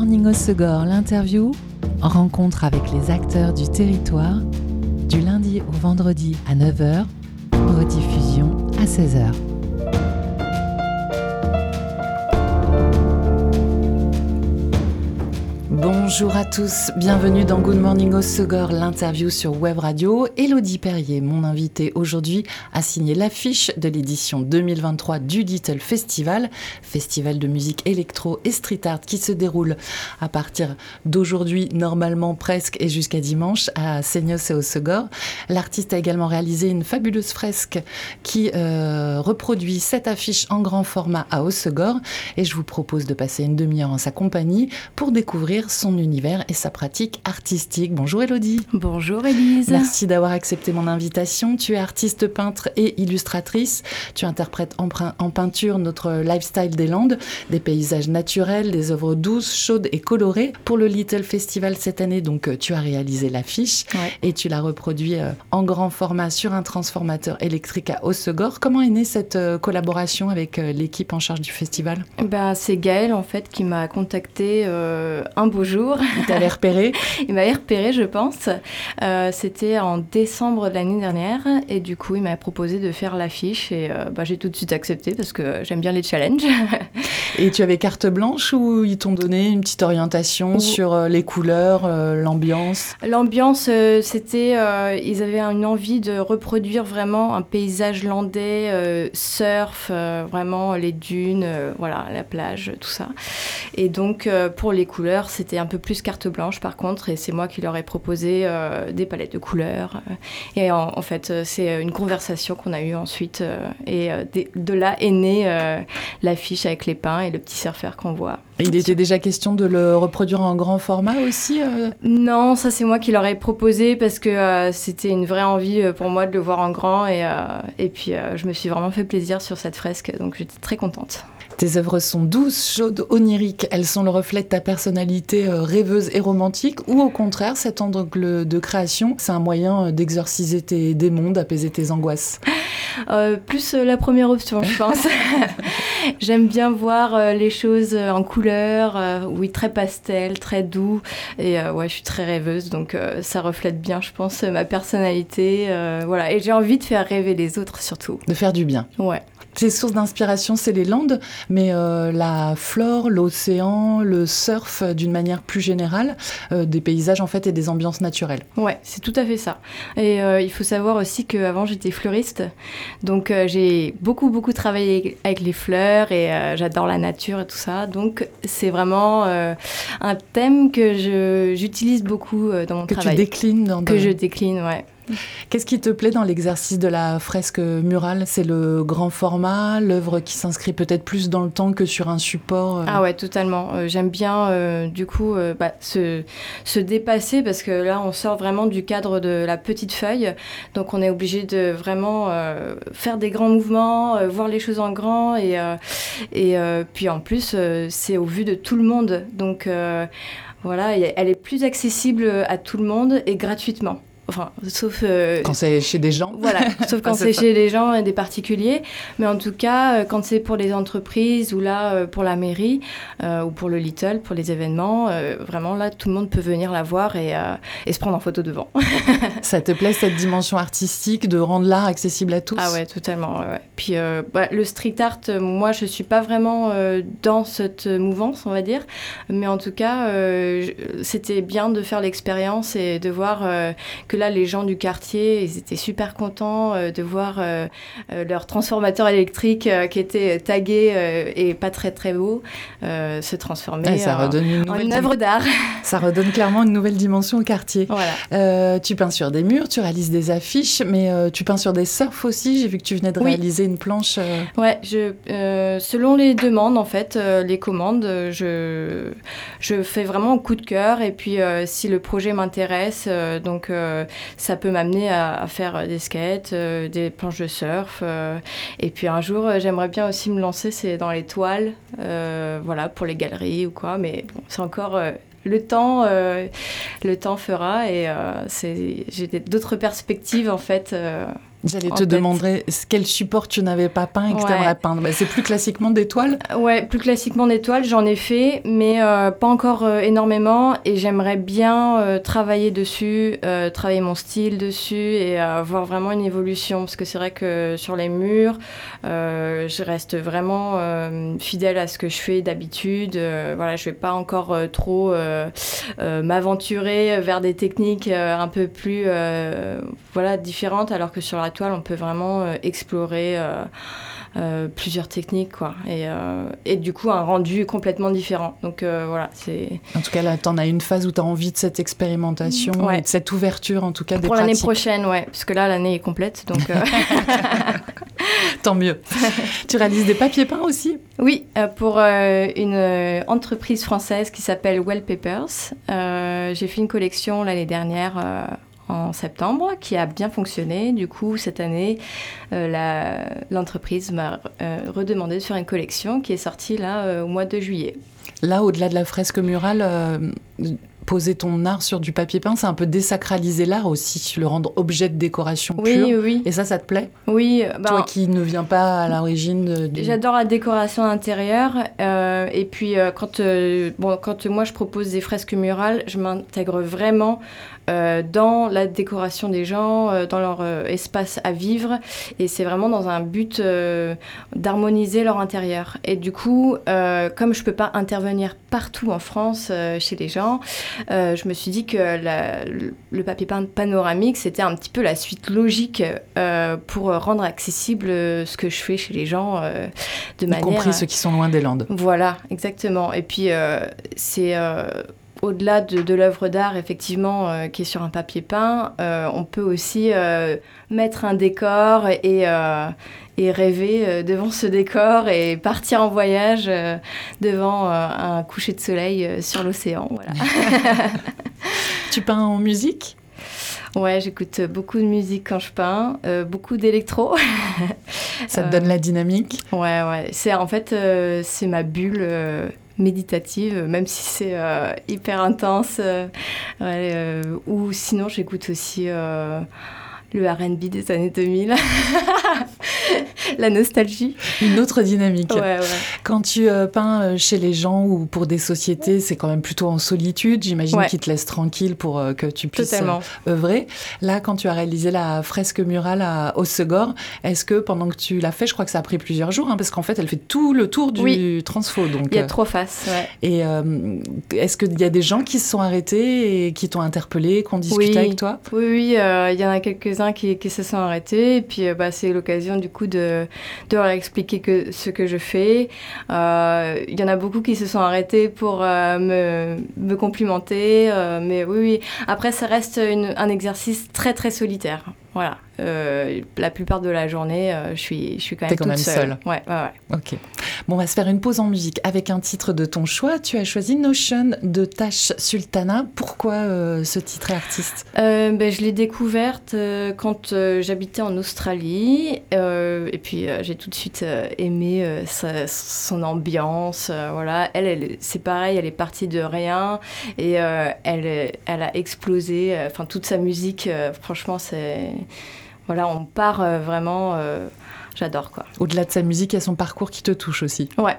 Morning au Segor, l'interview, rencontre avec les acteurs du territoire, du lundi au vendredi à 9h, rediffusion à 16h. Bonjour à tous, bienvenue dans Good Morning au Segor, l'interview sur Web Radio. Élodie Perrier, mon invitée aujourd'hui, a signé l'affiche de l'édition 2023 du Little Festival, festival de musique électro et street art qui se déroule à partir d'aujourd'hui, normalement presque, et jusqu'à dimanche à Seignos et au Segor. L'artiste a également réalisé une fabuleuse fresque qui reproduit cette affiche en grand format à Hossegor, et je vous propose de passer une demi-heure en sa compagnie pour découvrir son univers et sa pratique artistique. Bonjour Élodie. Bonjour Élise. Merci d'avoir accepté mon invitation. Tu es artiste peintre et illustratrice. Tu interprètes en peinture notre lifestyle des Landes, des paysages naturels, des œuvres douces, chaudes et colorées. Pour le Little Festival cette année, donc tu as réalisé l'affiche et tu l'as reproduit en grand format sur un transformateur électrique à Hossegor. Comment est née cette collaboration avec l'équipe en charge du festival ? C'est Gaël en fait qui m'a contacté un beau jour. Il t'avait repéré ? Il m'avait repéré, je pense. C'était en décembre de l'année dernière et du coup, il m'a proposé de faire l'affiche et j'ai tout de suite accepté parce que j'aime bien les challenges. Et tu avais carte blanche ou ils t'ont donné une petite orientation sur les couleurs, l'ambiance ? L'ambiance, c'était... ils avaient une envie de reproduire vraiment un paysage landais, surf, vraiment les dunes, la plage, tout ça. Et donc, pour les couleurs, c'était un peu plus carte blanche par contre, et c'est moi qui leur ai proposé des palettes de couleurs. Et en fait, c'est une conversation qu'on a eue ensuite, et de là est née l'affiche avec les pins et le petit surfeur qu'on voit. Et il était déjà question de le reproduire en grand format aussi Non, ça c'est moi qui leur ai proposé parce que c'était une vraie envie pour moi de le voir en grand, et puis je me suis vraiment fait plaisir sur cette fresque, donc j'étais très contente. Tes œuvres sont douces, chaudes, oniriques. Elles sont le reflet de ta personnalité rêveuse et romantique, ou au contraire, cet angle de création, c'est un moyen d'exorciser tes démons, d'apaiser tes angoisses ? Plus la première option, je pense. J'aime bien voir les choses en couleur, très pastel, très doux. Et je suis très rêveuse, donc ça reflète bien, je pense, ma personnalité. Et j'ai envie de faire rêver les autres, surtout. De faire du bien. Ouais. Tes sources d'inspiration, c'est les Landes, mais la flore, l'océan, le surf, d'une manière plus générale, des paysages en fait et des ambiances naturelles. Ouais, c'est tout à fait ça. Et il faut savoir aussi qu'avant j'étais fleuriste, donc j'ai beaucoup travaillé avec les fleurs et j'adore la nature et tout ça. Donc c'est vraiment un thème que j'utilise beaucoup dans mon travail. Que tu déclines Que je décline, ouais. Qu'est-ce qui te plaît dans l'exercice de la fresque murale ? C'est le grand format, l'œuvre qui s'inscrit peut-être plus dans le temps que sur un support Ah ouais, totalement. J'aime bien, se dépasser parce que là, on sort vraiment du cadre de la petite feuille. Donc, on est obligé de vraiment faire des grands mouvements, voir les choses en grand. Et puis, en plus, c'est au vu de tout le monde. Donc, elle est plus accessible à tout le monde et gratuitement. Enfin, sauf... quand c'est chez des gens. Voilà, sauf quand c'est chez des gens et des particuliers. Mais en tout cas, quand c'est pour les entreprises ou là, pour la mairie ou pour le Little, pour les événements, vraiment là, tout le monde peut venir la voir et se prendre en photo devant. Ça te plaît, cette dimension artistique de rendre l'art accessible à tous ? Ah ouais, totalement. Ouais. Puis le street art, moi, je suis pas vraiment dans cette mouvance, on va dire. Mais en tout cas, c'était bien de faire l'expérience et de voir que là, les gens du quartier, ils étaient super contents de voir leur transformateur électrique qui était tagué et pas très très beau se transformer en une œuvre d'art. Ça redonne clairement une nouvelle dimension au quartier. Voilà. Tu peins sur des murs, tu réalises des affiches, mais tu peins sur des surfs aussi. J'ai vu que tu venais de réaliser une planche. Ouais, selon les demandes, en fait, les commandes, je fais vraiment au coup de cœur. Et puis, si le projet m'intéresse, ça peut m'amener à faire des skates, des planches de surf. Et puis un jour, j'aimerais bien aussi me lancer, c'est dans les toiles, pour les galeries ou quoi. Mais bon, c'est encore... Le temps fera et j'ai d'autres perspectives en fait J'allais te demander quel support tu n'avais pas peint et que tu aimerais peindre. C'est plus classiquement des toiles ? Ouais, plus classiquement des toiles, j'en ai fait, mais pas encore énormément. Et j'aimerais bien travailler dessus, travailler mon style dessus et voir vraiment une évolution. Parce que c'est vrai que sur les murs, je reste vraiment fidèle à ce que je fais d'habitude. Voilà, je vais pas encore trop m'aventurer vers des techniques un peu plus différentes, alors que sur la toile, on peut vraiment explorer plusieurs techniques, quoi. Et du coup, un rendu complètement différent. Donc voilà, c'est... En tout cas, là, t'en as une phase où t'as envie de cette expérimentation et de cette ouverture, en tout cas, des pour pratiques. L'année prochaine, ouais. Parce que là, l'année est complète, donc... Tant mieux. Tu réalises des papiers peints aussi ? Oui, pour une entreprise française qui s'appelle Wellpapers. J'ai fait une collection l'année dernière... en septembre, qui a bien fonctionné. Du coup, cette année, l'entreprise m'a redemandé de faire une collection qui est sortie là au mois de juillet. Là, au-delà de la fresque murale, poser ton art sur du papier peint, c'est un peu désacraliser l'art aussi, le rendre objet de décoration pure. Oui. Et ça te plaît ? Oui. Toi qui ne viens pas à l'origine J'adore la décoration intérieure. Et puis, quand moi, je propose des fresques murales, je m'intègre vraiment dans la décoration des gens, dans leur espace à vivre. Et c'est vraiment dans un but d'harmoniser leur intérieur. Et du coup, comme je ne peux pas intervenir partout en France chez les gens, je me suis dit que le papier peint panoramique, c'était un petit peu la suite logique pour rendre accessible ce que je fais chez les gens de manière... Y compris ceux qui sont loin des Landes. Voilà, exactement. Et puis, c'est... au-delà de l'œuvre d'art, effectivement, qui est sur un papier peint, on peut aussi mettre un décor et rêver devant ce décor et partir en voyage devant un coucher de soleil sur l'océan. Voilà. Tu peins en musique ? Ouais, j'écoute beaucoup de musique quand je peins, beaucoup d'électro. Ça te donne la dynamique ? Ouais. C'est ma bulle... méditative, même si c'est hyper intense. Ou sinon, j'écoute aussi le R&B des années 2000. La nostalgie. Une autre dynamique. Ouais. Quand tu peins chez les gens ou pour des sociétés, c'est quand même plutôt en solitude. J'imagine qu'ils te laissent tranquille pour que tu puisses œuvrer. Là, quand tu as réalisé la fresque murale à Hossegor, est-ce que pendant que tu l'as fait, je crois que ça a pris plusieurs jours, parce qu'en fait, elle fait tout le tour du transfo. Donc, il y a 3 faces. Ouais. Et est-ce qu'il y a des gens qui se sont arrêtés et qui t'ont interpellé, qui ont discuté avec toi ? Oui, il y en a quelques-uns qui se sont arrêtés. Et puis, c'est l'occasion du coup de leur expliquer ce que je fais. Il y en a beaucoup qui se sont arrêtés pour me complimenter. Mais oui. Après, ça reste un exercice très, très solitaire. Voilà. La plupart de la journée, je suis quand même toute seule. Ouais. Ok. Bon, on va se faire une pause en musique avec un titre de ton choix. Tu as choisi Notion de Tash Sultana. Pourquoi ce titre et artiste ? Je l'ai découverte quand j'habitais en Australie. Et puis, j'ai tout de suite aimé son ambiance. Voilà. Elle, c'est pareil, elle est partie de rien. Et elle a explosé. Toute sa musique, franchement, c'est... Voilà, on part vraiment... j'adore, quoi. Au-delà de sa musique, il y a son parcours qui te touche aussi. Ouais.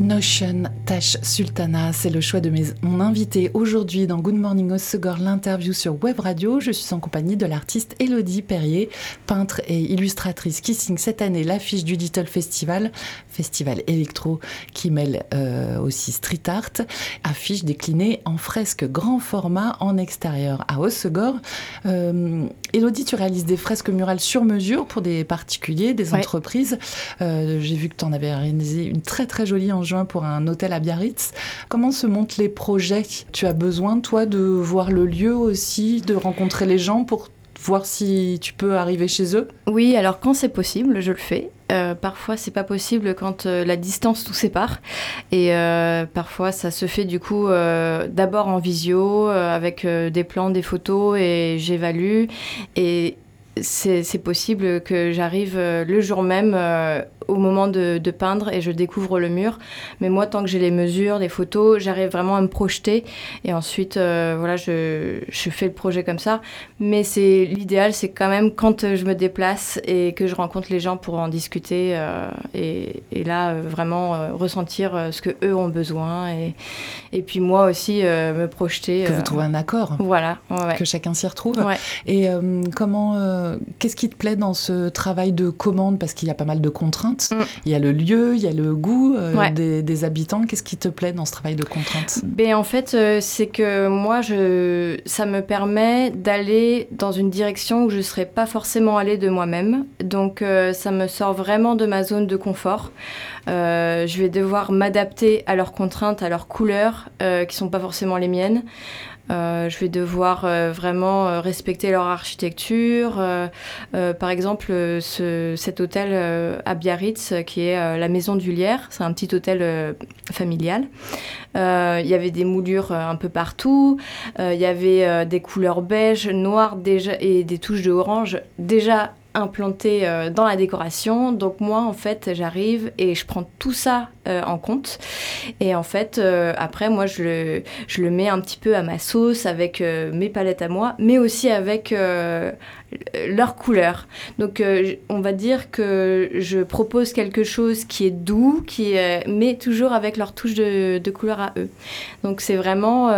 Notion, Tash Sultana, c'est le choix de mon invité aujourd'hui dans Good Morning Hossegor, l'interview sur Web Radio. Je suis en compagnie de l'artiste Élodie Perrier, peintre et illustratrice qui signe cette année l'affiche du Digital Festival, festival électro qui mêle aussi street art, affiche déclinée en fresque grand format en extérieur à Hossegor. Élodie, tu réalises des fresques murales sur mesure pour des particuliers, des entreprises. J'ai vu que tu en avais réalisé une très très jolie en juin pour un hôtel à Biarritz. Comment se montent les projets? Tu as besoin, toi, de voir le lieu aussi, de rencontrer les gens pour voir si tu peux arriver chez eux? Oui, alors quand c'est possible, je le fais. Parfois, c'est pas possible quand la distance nous sépare. Et parfois, ça se fait du coup d'abord en visio, avec des plans, des photos, et j'évalue. Et c'est possible que j'arrive le jour même au moment de peindre et je découvre le mur. Mais moi, tant que j'ai les mesures, les photos, j'arrive vraiment à me projeter. Et ensuite, voilà, je fais le projet comme ça. Mais l'idéal, c'est quand même quand je me déplace et que je rencontre les gens pour en discuter et là, vraiment ressentir ce qu'eux ont besoin. Et puis moi aussi, me projeter. Que vous trouvez un accord. Voilà. Ouais. Que chacun s'y retrouve. Ouais. Et qu'est-ce qui te plaît dans ce travail de commande? Parce qu'il y a pas mal de contraintes. Il y a le lieu, il y a le goût des habitants. Qu'est-ce qui te plaît dans ce travail de contraintes? En fait, c'est que moi, ça me permet d'aller dans une direction où je ne serais pas forcément allée de moi-même. Donc, ça me sort vraiment de ma zone de confort. Je vais devoir m'adapter à leurs contraintes, à leurs couleurs, qui ne sont pas forcément les miennes. Je vais devoir vraiment respecter leur architecture. Par exemple, cet hôtel à Biarritz, qui est la Maison du Lierre, c'est un petit hôtel familial. Il y avait des moulures un peu partout. Il y avait des couleurs beige, noires déjà, et des touches de orange déjà implantées dans la décoration. Donc moi, en fait, j'arrive et je prends tout ça en compte. Et en fait, après, moi, je le mets un petit peu à ma sauce avec mes palettes à moi, mais aussi avec leurs couleurs. Donc, on va dire que je propose quelque chose qui est doux, mais toujours avec leur touche de couleur à eux. Donc, c'est vraiment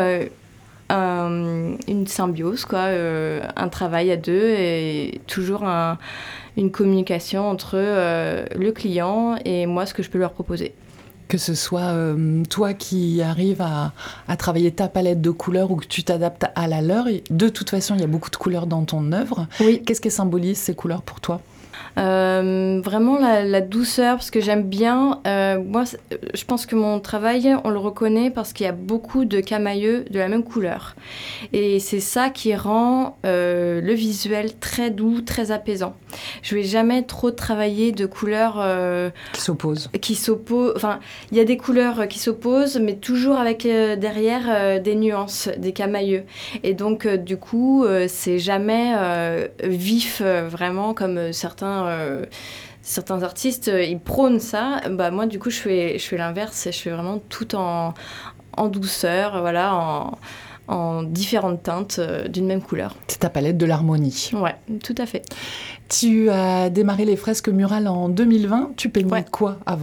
une symbiose, quoi, un travail à deux et toujours une communication entre le client et moi, ce que je peux leur proposer. Que ce soit toi qui arrives à travailler ta palette de couleurs ou que tu t'adaptes à la leur. De toute façon, il y a beaucoup de couleurs dans ton œuvre. Oui. Qu'est-ce qui symbolise ces couleurs pour toi ? Vraiment la douceur, parce que j'aime bien. Moi, je pense que mon travail, on le reconnaît parce qu'il y a beaucoup de camailleux de la même couleur. Et c'est ça qui rend le visuel très doux, très apaisant. Je vais jamais trop travailler de couleurs qui s'opposent. Enfin, il y a des couleurs qui s'opposent, mais toujours avec derrière des nuances, des camailleux. Et donc, du coup, c'est jamais vif, vraiment, comme certains artistes, ils prônent ça. Moi, du coup, je fais l'inverse. Je fais vraiment tout en douceur, voilà, en différentes teintes d'une même couleur. C'est ta palette de l'harmonie. Ouais, tout à fait. Tu as démarré les fresques murales en 2020. Tu peignais quoi avant ?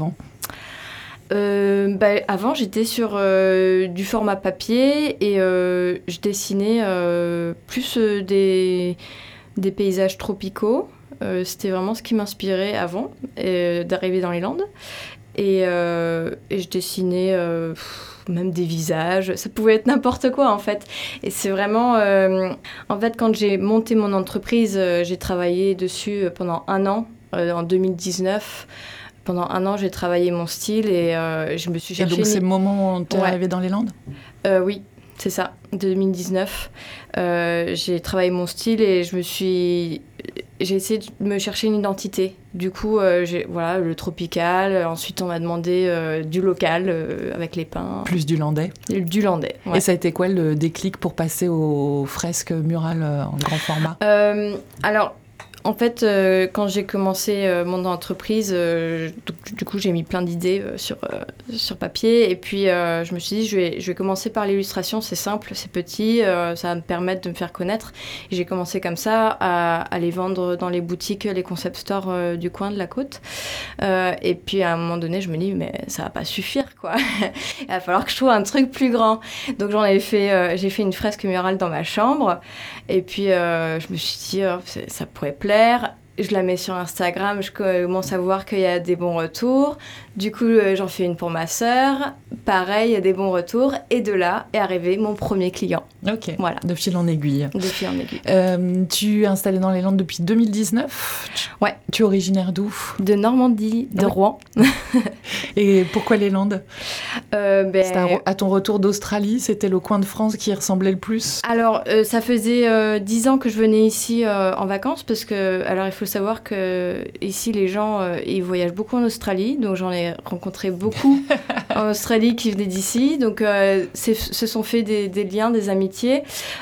Avant, j'étais sur du format papier et je dessinais plus des paysages tropicaux. C'était vraiment ce qui m'inspirait avant d'arriver dans les Landes. Et je dessinais même des visages. Ça pouvait être n'importe quoi, en fait. Et c'est vraiment... en fait, quand j'ai monté mon entreprise, j'ai travaillé dessus pendant 1 an, en 2019. Pendant 1 an, j'ai travaillé mon style et je me suis cherchée... Et donc, c'est le moment où tu es arrivée dans les Landes ? Oui. C'est ça, 2019. J'ai travaillé mon style et j'ai essayé de me chercher une identité. Du coup, le tropical. Ensuite, on m'a demandé du local avec les pins. Plus du landais. Du landais, ouais. Et ça a été quoi le déclic pour passer aux fresques murales en grand format ? Alors, En fait, quand j'ai commencé mon entreprise, du coup, j'ai mis plein d'idées sur papier. Et puis, je me suis dit, je vais commencer par l'illustration. C'est simple, c'est petit, ça va me permettre de me faire connaître. Et j'ai commencé comme ça à les vendre dans les boutiques, les concept stores du coin de la côte. Et puis, à un moment donné, je me dis, mais ça va pas suffire, quoi. Il va falloir que je trouve un truc plus grand. Donc, j'ai fait une fresque murale dans ma chambre. Et puis, je me suis dit, ça pourrait plaire. Je la mets sur Instagram, je commence à voir qu'il y a des bons retours. Du coup, j'en fais une pour ma sœur. Pareil, il y a des bons retours. Et de là est arrivé mon premier client. Ok, voilà. De fil en aiguille. De fil en aiguille. Tu es installée dans les Landes depuis 2019 ? Ouais. Tu es originaire d'où ? De Normandie, de Rouen. Et pourquoi les Landes ? C'était à ton retour d'Australie, c'était le coin de France qui y ressemblait le plus ? Alors, ça faisait 10 ans que je venais ici en vacances parce que, alors il faut savoir que ici les gens ils voyagent beaucoup en Australie, donc j'en ai rencontré beaucoup en Australie qui venaient d'ici, donc se sont fait des liens, des amitiés,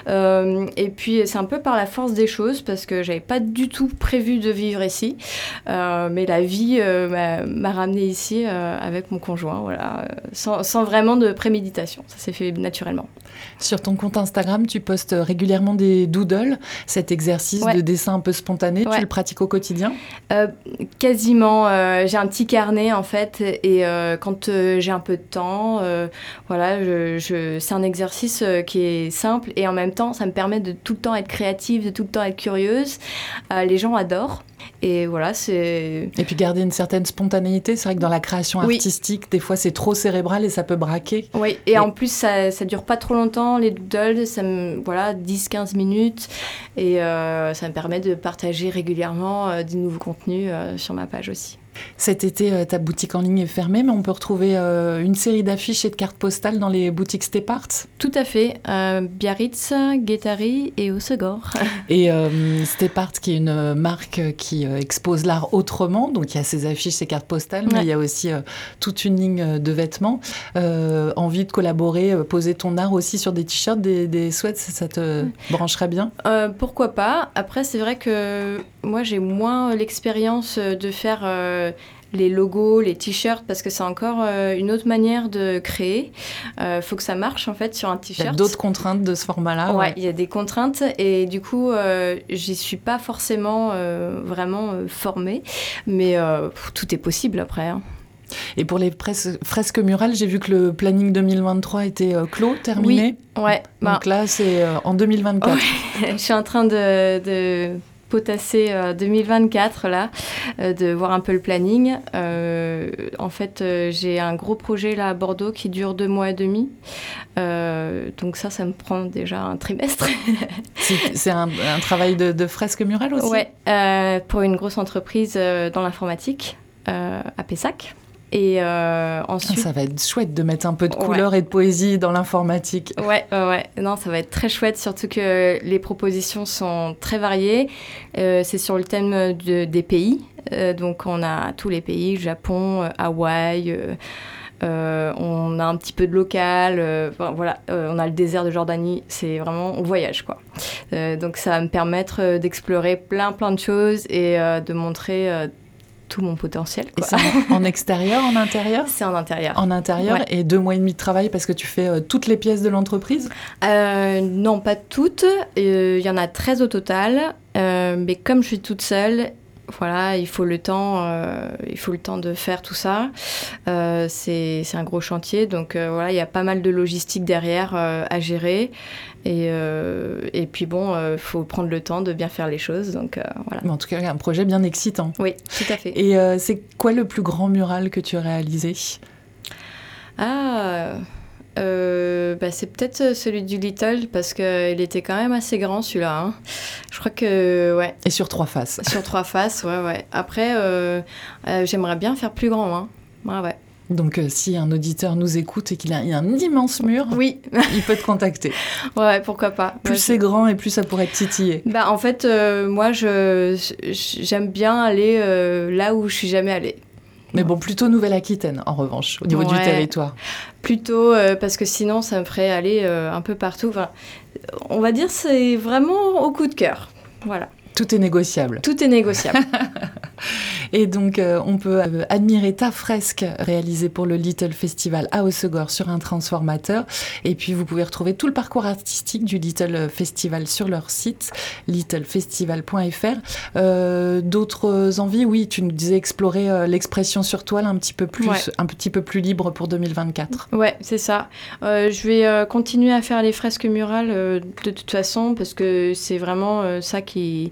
et puis c'est un peu par la force des choses parce que j'avais pas du tout prévu de vivre ici, mais la vie m'a ramenée ici avec mon conjoint, voilà, sans vraiment de préméditation, ça s'est fait naturellement. Sur ton compte Instagram, tu postes régulièrement des doodles, cet exercice de dessin un peu spontané, tu le pratiques au quotidien ? Quasiment. J'ai un petit carnet en fait, et quand j'ai un peu de temps, voilà, c'est un exercice qui est simple et en même temps, ça me permet de tout le temps être créative, de tout le temps être curieuse. Les gens adorent. Et voilà, c'est... Et puis garder une certaine spontanéité, c'est vrai que dans la création artistique, des fois c'est trop cérébral et ça peut braquer. Oui, et en plus ça dure pas trop longtemps, les doodles, voilà, 10-15 minutes, et ça me permet de partager régulièrement des nouveaux contenus sur ma page aussi. Cet été, ta boutique en ligne est fermée, mais on peut retrouver une série d'affiches et de cartes postales dans les boutiques Stepart. Tout à fait. Biarritz, Guétari et Hossegor. Et Stepart, qui est une marque qui expose l'art autrement. Donc, il y a ces affiches, ces cartes postales, mais il y a aussi toute une ligne de vêtements. Envie de collaborer, poser ton art aussi sur des t-shirts, des sweats, ça te brancherait bien ? Pourquoi pas ? Après, c'est vrai que moi, j'ai moins l'expérience de faire les logos, les t-shirts, parce que c'est encore une autre manière de créer. Faut que ça marche, en fait, sur un t-shirt. Il y a d'autres contraintes de ce format-là. Ouais, il y a des contraintes, et du coup, j'y suis pas forcément vraiment formée, mais tout est possible après, hein. Et pour les fresques murales, j'ai vu que le planning 2023 était clos, terminé. Oui, ouais. Donc là, c'est en 2024. Ouais. Je suis en train de potasser 2024, là, de voir un peu le planning. En fait, j'ai un gros projet là à Bordeaux qui dure 2 mois et demi. Donc ça me prend déjà un trimestre. C'est un travail de fresque murale aussi ? Ouais, pour une grosse entreprise dans l'informatique à Pessac. Et ensuite... Ça va être chouette de mettre un peu de couleur et de poésie dans l'informatique. Ouais. Non, ça va être très chouette, surtout que les propositions sont très variées. C'est sur le thème des pays. Donc, on a tous les pays, Japon, Hawaï... on a un petit peu de local, voilà, on a le désert de Jordanie, c'est vraiment, on voyage quoi. Donc ça va me permettre d'explorer plein de choses et de montrer tout mon potentiel, quoi. Et c'est en extérieur, en intérieur ? C'est en intérieur. En intérieur, et 2 mois et demi de travail parce que tu fais toutes les pièces de l'entreprise ? Non, pas toutes, il y en a 13 au total, mais comme je suis toute seule, voilà, il faut le temps de faire tout ça. C'est un gros chantier, donc voilà, il y a pas mal de logistique derrière à gérer. Et puis bon, faut prendre le temps de bien faire les choses, donc voilà. Mais en tout cas, un projet bien excitant. Oui, tout à fait. Et c'est quoi le plus grand mural que tu as réalisé ? C'est peut-être celui du Little, parce qu'il était quand même assez grand celui-là, hein. Je crois que, ouais. Et sur 3 faces. Sur 3 faces, ouais. Après, j'aimerais bien faire plus grand, hein. Ouais. Donc, si un auditeur nous écoute et qu'il a un immense mur, oui. Il peut te contacter. Ouais, pourquoi pas. Plus c'est grand et plus ça pourrait te titiller. En fait, moi, j'aime bien aller là où je suis jamais allée. Mais bon, plutôt Nouvelle-Aquitaine, en revanche, au niveau du territoire. Plutôt, parce que sinon, ça me ferait aller un peu partout. Enfin, on va dire c'est vraiment au coup de cœur. Voilà. Tout est négociable. Tout est négociable. Et donc, on peut admirer ta fresque réalisée pour le Little Festival à Hossegor sur un transformateur. Et puis, vous pouvez retrouver tout le parcours artistique du Little Festival sur leur site, littlefestival.fr. D'autres envies? Oui, tu nous disais explorer l'expression sur toile un petit peu plus libre pour 2024. Ouais, c'est ça. Je vais continuer à faire les fresques murales de toute façon parce que c'est vraiment ça qui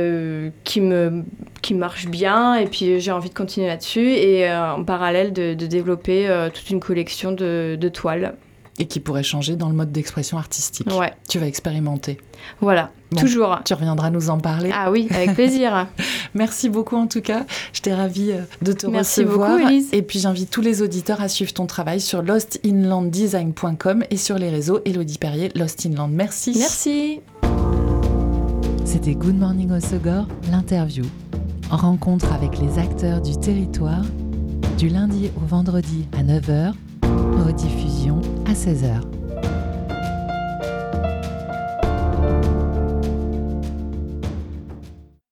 marche bien et puis j'ai envie de continuer là-dessus et en parallèle de développer toute une collection de toiles. Et qui pourrait changer dans le mode d'expression artistique. Ouais. Tu vas expérimenter. Voilà, bon, toujours. Tu reviendras nous en parler. Ah oui, avec plaisir. Merci beaucoup en tout cas. J'étais ravie de te Merci recevoir. Beaucoup, Élise. Et puis j'invite tous les auditeurs à suivre ton travail sur lostinlanddesign.com et sur les réseaux Élodie Perrier, Lost Inland. Merci. Merci. C'était Good Morning Hossegor, l'interview. En rencontre avec les acteurs du territoire, du lundi au vendredi à 9h, rediffusion à 16h.